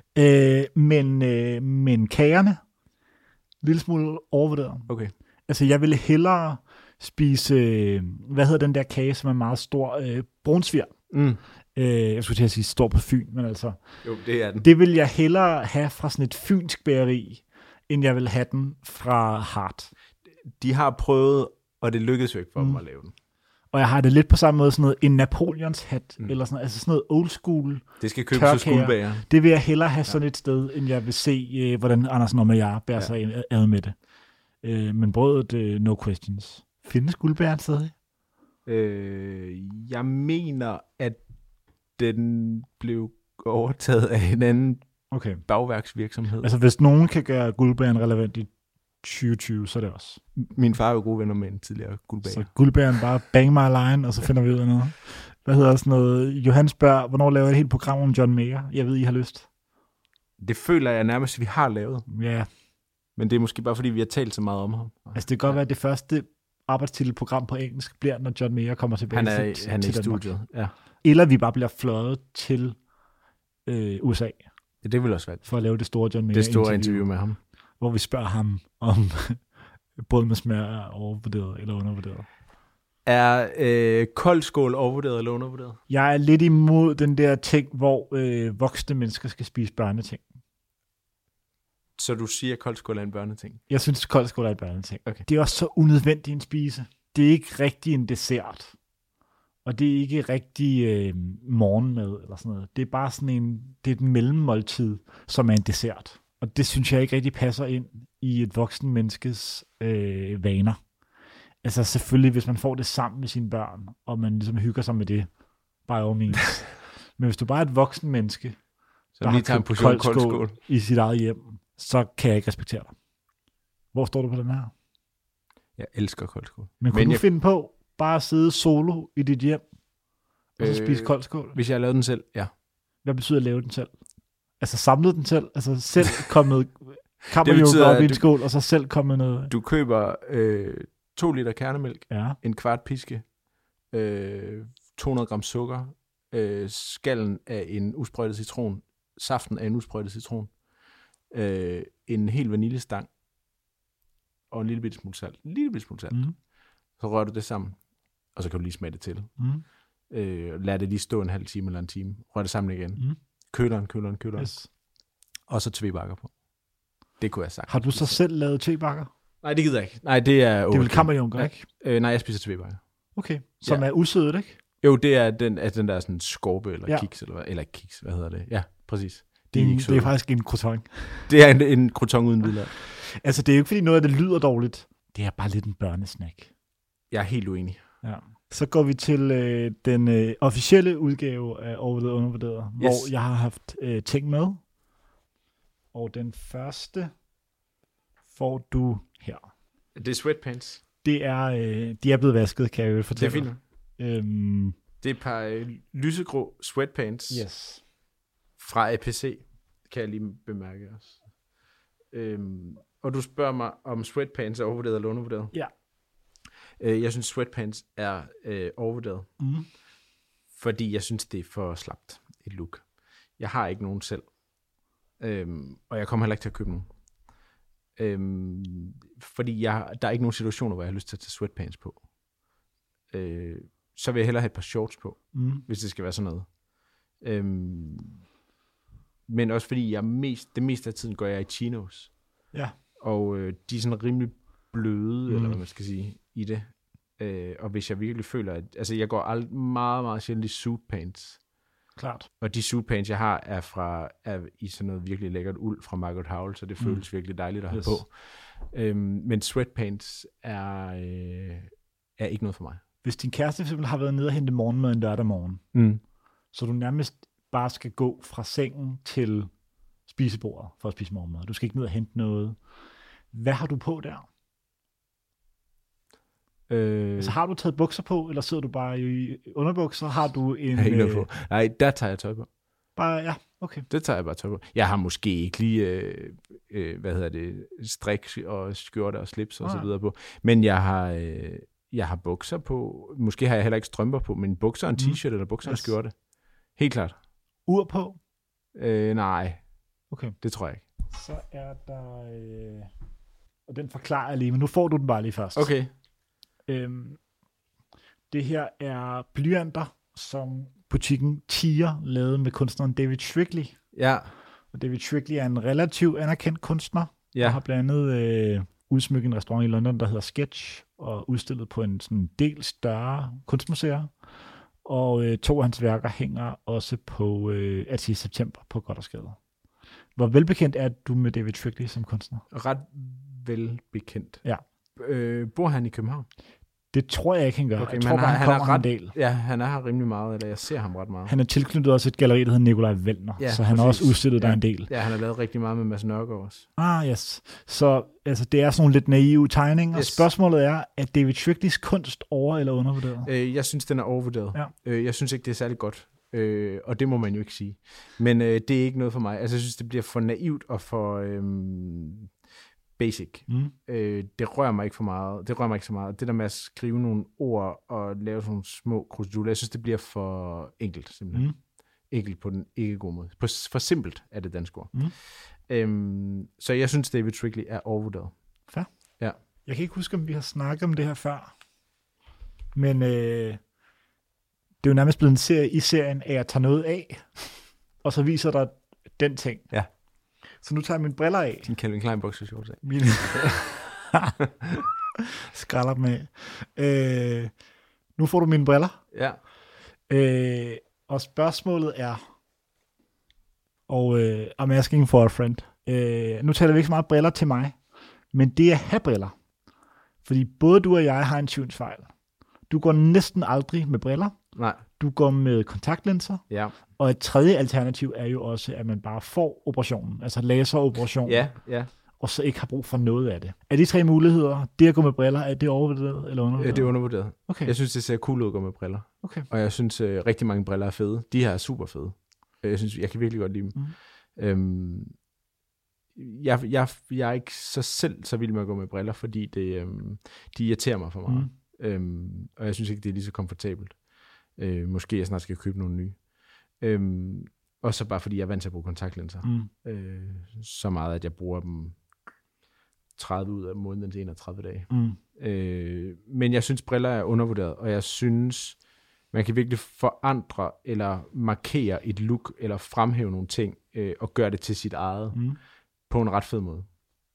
Men kagerne, en lille smule overvurderet. Okay. Altså jeg ville hellere spise, hvad hedder den der kage, som er meget stor, brunsviger. Jeg skulle til at sige stor på Fyn, men altså... Jo, det er den. Det vil jeg hellere have fra sådan et fynsk bageri, end jeg vil have den fra Hart. De har prøvet, og det lykkedes jo ikke for dem at lave den. Og jeg har det lidt på samme måde, sådan noget, en Napoleons hat, eller sådan noget, altså sådan noget old school. Det skal købes hos guldbager. Det vil jeg hellere have sådan et sted, end jeg vil se, hvordan Andersen og jeg bærer sig ad med det. Men brødet, no questions. Findes guldbæren stadig? Jeg mener, at den blev overtaget af en anden bagværksvirksomhed. Altså hvis nogen kan gøre guldbæren relevant i 2020, så er det også. Min far er jo gode venner med en tidligere guldbærer. Så guldbæren bare bang my line, og så finder vi ud af noget. Hvad hedder sådan noget? Johan spørger, hvornår laver jeg et helt program om John Mayer? Jeg ved, I har lyst. Det føler jeg nærmest, vi har lavet. Ja. Men det er måske bare, fordi vi har talt så meget om ham. Altså det kan godt være, at det første arbejdstitelprogram på engelsk bliver, når John Mayer kommer tilbage han er til i studiet. Ja. Eller vi bare bliver fløjet til USA. Ja, det vil også være. For at lave det store John Mayer det store interview med ham. Hvor vi spørger ham, om brød med smør er overvurderet eller undervurderet. Er koldskål overvurderet eller undervurderet? Jeg er lidt imod den der ting, hvor voksne mennesker skal spise børneting. Så du siger, at koldskål er en børneting? Jeg synes, at koldskål er en børneting. Okay. Det er også så unødvendigt en spise. Det er ikke rigtig en dessert. Og det er ikke rigtig morgenmad eller sådan noget. Det er bare det er et mellemmåltid, som er en dessert. Og det synes jeg ikke rigtig passer ind i et voksen menneskes vaner. Altså selvfølgelig, hvis man får det sammen med sine børn, og man ligesom hygger sig med det, by all means. Men hvis du bare er et voksen menneske, så der lige tager en portion koldskål i sit eget hjem, så kan jeg ikke respektere dig. Hvor står du på den her? Jeg elsker koldskål. Men kunne du finde på bare at sidde solo i dit hjem, og så spise koldskål? Hvis jeg har lavet den selv, ja. Hvad betyder at lave den selv? Altså samlet den selv? Altså selv kommet kammeryoga op i en skål, og så selv kommet noget? Du køber 2 liter kernemælk, en kvart piske, 200 gram sukker, skallen af en usprøjtet citron, saften af en usprøjtet citron, en hel vaniljestang, og en lille bitte smule salt. Så rører du det sammen, og så kan du lige smage det til. Lad det lige stå en halv time eller en time. Rør det sammen igen. Køleren. Yes. Og så tvebakker på. Det kunne jeg sagt. Har du så selv lavet tvebakker? Nej, det gider jeg ikke. Nej, det er okay. Det er vel kammerjunker, ikke? Nej, jeg spiser tvebakker. Okay, som er usødet, ikke? Jo, det er den der sådan skorpe eller kiks, eller kiks, hvad hedder det? Ja, præcis. Det er faktisk en croissant. Det er en croissant uden hvidløg. Altså, det er jo ikke, fordi noget af det lyder dårligt. Det er bare lidt en børnesnack. Jeg er helt uenig. Ja. Så går vi til den officielle udgave af Overvurderet og Undervurderet, hvor jeg har haft ting med. Og den første får du her. Det er sweatpants. Det er, de er blevet vasket, kan jeg jo fortælle. Det er fint. Det er et par lysegrå sweatpants fra APC, kan jeg lige bemærke også. Og du spørger mig, om sweatpants er overvurderet eller undervurderet? Ja. Jeg synes, sweatpants er overvurderet. Fordi jeg synes, det er for slapt et look. Jeg har ikke nogen selv. Og jeg kommer heller ikke til at købe nogen. Fordi der er ikke nogen situationer, hvor jeg har lyst til at tage sweatpants på. Så vil jeg hellere have et par shorts på, hvis det skal være sådan noget. Men også fordi det meste af tiden går jeg i chinos. Ja. Og de er sådan rimelig bløde, eller hvad man skal sige, i det. Og hvis jeg virkelig føler, at altså jeg går meget, meget sjældent i suitpants. Klart. Og de suitpants, jeg har, er i sådan noget virkelig lækkert uld fra Margaret Howell, så det føles virkelig dejligt at have på. Men sweatpants er ikke noget for mig. Hvis din kæreste simpelthen har været nede og hente morgenmad en lørdag morgen, så du nærmest bare skal gå fra sengen til spisebordet for at spise morgenmad. Du skal ikke ned og hente noget. Hvad har du på der? Altså har du taget bukser på, eller sidder du bare i underbukser? Har du en... på. Nej, der tager jeg tøj på. Bare, ja, okay. Det tager jeg bare tøj på. Jeg har måske ikke lige, strik og skjorte og slips og så videre på. Men jeg har bukser på. Måske har jeg heller ikke strømper på, men bukser og en t-shirt eller bukser og en skjorte. Helt klart. Ur på? Nej. Okay. Det tror jeg ikke. Så er der... Og den forklarer jeg lige, men nu får du den bare lige først. Okay. Det her er blyanter, som butikken Tiger lavede med kunstneren David Shrigley. Ja. Og David Shrigley er en relativt anerkendt kunstner, der har blandt andet udsmykket en restaurant i London, der hedder Sketch, og udstillet på en sådan del større kunstmuseer. Og 2 af hans værker hænger også på i september på Gothersgade. Hvor velbekendt er du med David Shrigley som kunstner? Ret velbekendt. Ja. Bor han i København? Det tror jeg ikke, han gør. Okay, jeg tror bare, han kommer en del. Ja, han er her rimelig meget, eller jeg ser ham ret meget. Han er tilknyttet også et galleri, der hedder Nikolaj Wellner, så han har også udstillet der en del. Ja, han har lavet rigtig meget med Mads Nørgaard også. Yes. Så altså, det er sådan nogle lidt naive tegninger, og spørgsmålet er David Shrigley's kunst over- eller undervurderet? Jeg synes, den er overvurderet. Ja. Jeg synes ikke, det er særlig godt. Og det må man jo ikke sige. Men det er ikke noget for mig. Altså, jeg synes, det bliver for naivt og for basic. Det rører mig ikke for meget. Det rører mig ikke så meget. Det der med at skrive nogle ord og lave sådan nogle små kruseduller, jeg synes, det bliver for enkelt, simpelthen. Enkelt på den ikke gode måde. For simpelt er det danske ord. Så jeg synes, David Shrigley er overvurderet. Fair. Ja. Jeg kan ikke huske, om vi har snakket om det her før. Men det er jo nærmest blevet en serie i serien, at jeg tager noget af, og så viser der den ting. Ja. Så nu tager jeg mine briller af. Din Calvin Klein boxershorts af. Skralder dem af. Nu får du mine briller. Ja. Og spørgsmålet er, og I'm asking for a friend. Nu taler vi ikke så meget briller til mig, men det at have briller. Fordi både du og jeg har en synsfejl. Du går næsten aldrig med briller. Nej. Du går med kontaktlinser. Ja. Og et tredje alternativ er jo også, at man bare får operationen, altså laseroperation. Ja. Og så ikke har brug for noget af det. Er de 3 muligheder, det at gå med briller, er det overvurderet eller undervurderet? Det er undervurderet. Okay. Jeg synes, det ser cool ud at gå med briller. Okay. Og jeg synes, rigtig mange briller er fede. De her er super fede. Jeg kan virkelig godt lide dem. Jeg er ikke så vild med at gå med briller, fordi de irriterer mig for meget. Og jeg synes ikke, det er lige så komfortabelt. Måske jeg snart skal købe nogle nye. Og så bare fordi jeg er vant til at bruge kontaktlinser. Så meget, at jeg bruger dem 30 ud af månedens 31 dage. Men jeg synes, briller er undervurderet, og jeg synes, man kan virkelig forandre eller markere et look, eller fremhæve nogle ting, og gøre det til sit eget, på en ret fed måde.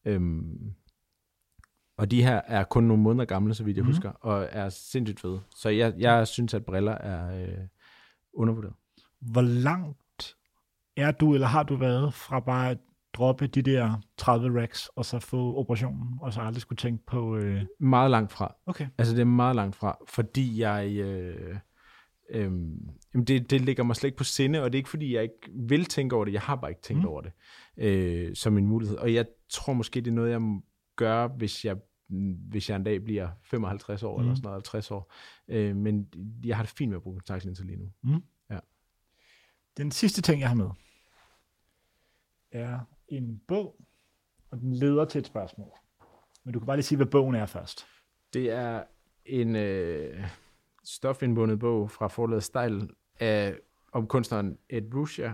Og de her er kun nogle måneder gamle, så vidt jeg husker, og er sindssygt fede. Så jeg synes, at briller er undervurderet. Hvor langt er du, eller har du været fra bare at droppe de der 30 racks, og så få operationen, og så aldrig skulle tænke på... Meget langt fra. Okay. Altså, det er meget langt fra, fordi jeg... det ligger mig slet ikke på sinde, og det er ikke, fordi jeg ikke vil tænke over det. Jeg har bare ikke tænkt over det som en mulighed. Og jeg tror måske, det er noget, jeg må gøre, hvis jeg en dag bliver 55 år, eller sådan noget, 50 år. Men jeg har det fint med at bruge kontaktlinser lige nu. Ja. Den sidste ting, jeg har med, er en bog, og den leder til et spørgsmål. Men du kan bare lige sige, hvad bogen er først. Det er en stofindbundet bog fra forlaget Stejl om kunstneren Ed Ruscha,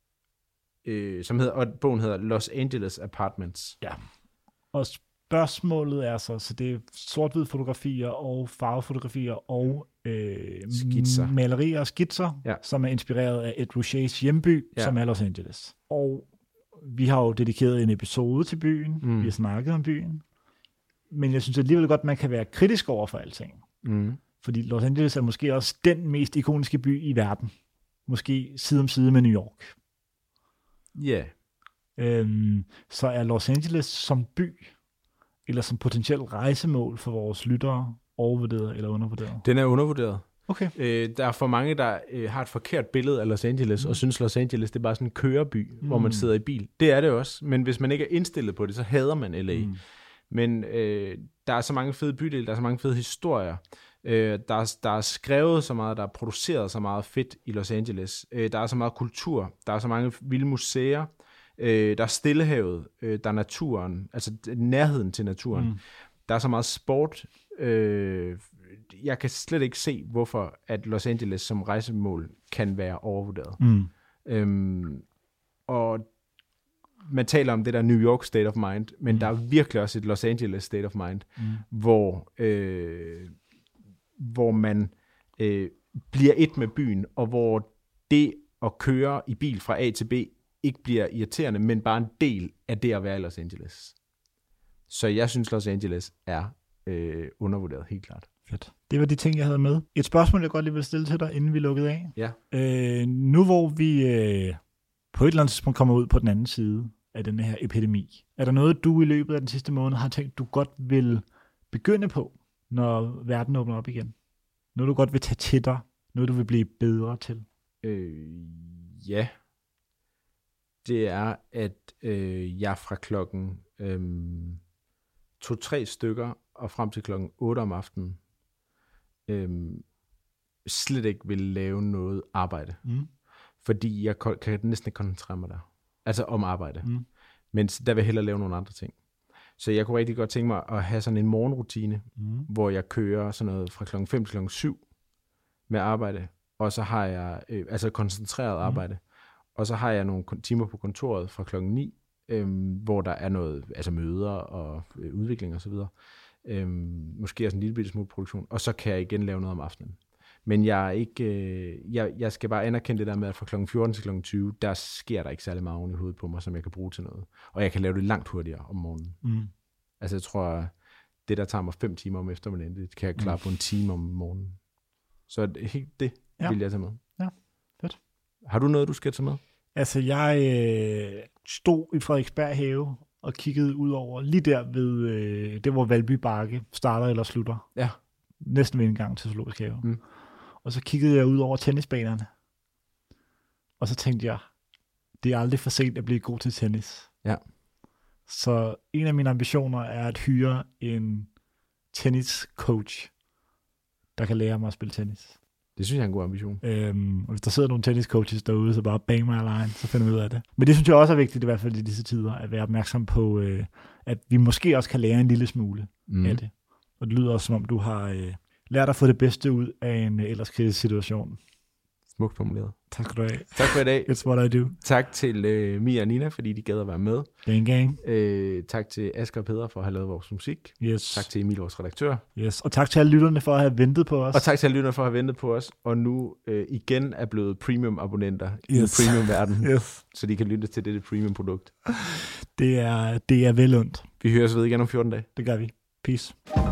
og bogen hedder Los Angeles Apartments. Ja, og spørgsmålet er så det er sort-hvid fotografier og farvefotografier og skitser. Malerier og skitser, som er inspireret af Ed Ruschas hjemby, som er Los Angeles. Og vi har jo dedikeret en episode til byen, vi har snakket om byen, men jeg synes alligevel godt, man kan være kritisk over for alting. Fordi Los Angeles er måske også den mest ikoniske by i verden. Måske side om side med New York. Ja. Så er Los Angeles som by, eller som potentielt rejsemål for vores lyttere, overvurderet eller undervurderet? Den er undervurderet. Okay. Der er for mange, der har et forkert billede af Los Angeles, og synes Los Angeles, det er bare sådan en køreby, hvor man sidder i bil. Det er det også, men hvis man ikke er indstillet på det, så hader man LA. Men der er så mange fede bydele, der er så mange fede historier. Der er skrevet så meget, der er produceret så meget fedt i Los Angeles. Der er så meget kultur, der er så mange vilde museer, der er Stillehavet, der er naturen, altså nærheden til naturen. Der er så meget sport. Jeg kan slet ikke se, hvorfor at Los Angeles som rejsemål kan være overvurderet. Og man taler om det der New York state of mind, men der er virkelig også et Los Angeles state of mind, hvor man bliver et med byen, og hvor det at køre i bil fra A til B ikke bliver irriterende, men bare en del af det at være i Los Angeles. Så jeg synes, Los Angeles er undervurderet, helt klart. Fedt. Det var de ting, jeg havde med. Et spørgsmål, jeg godt lige vil stille til dig, inden vi lukkede af. Ja. Nu hvor vi på et eller andet tidspunkt kommer ud på den anden side af den her epidemi, er der noget, du i løbet af den sidste måned har tænkt, du godt vil begynde på, når verden åbner op igen? Noget, du godt vil tage til dig? Noget, du vil blive bedre til? Ja. Det er, at jeg fra klokken 2-3 stykker og frem til klokken 8 om aftenen slet ikke vil lave noget arbejde. Fordi jeg kan næsten ikke koncentrere mig der. Altså om arbejde. Men der vil jeg hellere lave nogle andre ting. Så jeg kunne rigtig godt tænke mig at have sådan en morgenrutine, hvor jeg kører sådan noget fra klokken 5 til klokken 7 med arbejde. Og så har jeg altså koncentreret arbejde. Og så har jeg nogle timer på kontoret fra klokken 9, hvor der er noget, altså møder og udvikling og så videre. Måske også en lille bitte smule produktion. Og så kan jeg igen lave noget om aftenen. Men jeg er ikke, jeg skal bare anerkende det der med, at fra klokken 14 til klokken 20, der sker der ikke særlig meget oven i hovedet på mig, som jeg kan bruge til noget. Og jeg kan lave det langt hurtigere om morgenen. Altså jeg tror, det der tager mig 5 timer om eftermiddagen, det kan jeg klare på en time om morgenen. Så helt det. vil jeg tage med. Ja, fedt. Har du noget, du skal tage med? Altså, jeg stod i Frederiksberg Have og kiggede ud over lige der ved, det hvor Valby Bakke starter eller slutter. Ja. Næsten ved en gang til Zoologisk Have. Og så kiggede jeg ud over tennisbanerne. Og så tænkte jeg, det er aldrig for sent at blive god til tennis. Ja. Så en af mine ambitioner er at hyre en tenniscoach, der kan lære mig at spille tennis. Det synes jeg er en god ambition. Og hvis der sidder nogle tenniscoaches derude, så bare bang mig line, så finder vi ud af det. Men det synes jeg også er vigtigt, i hvert fald i disse tider, at være opmærksom på, at vi måske også kan lære en lille smule af det. Og det lyder også, som om du har lært at få det bedste ud af en ellers kritisk situation. Smukt formuleret. Tak skal du have. Tak for i dag. It's what I do. Tak til Mia og Nina, fordi de gad at være med. Gang. Tak til Asger og Peder for at have lavet vores musik. Yes. Tak til Emil, vores redaktør. Yes. Og tak til alle lytterne for at have ventet på os. Og tak til alle lytterne for at have ventet på os. Og nu igen er blevet premium-abonnenter i premium-verden. Yes. Så de kan lytte til dette premium-produkt. Det er velundt. Vi høres ved igen om 14 dage. Det gør vi. Peace.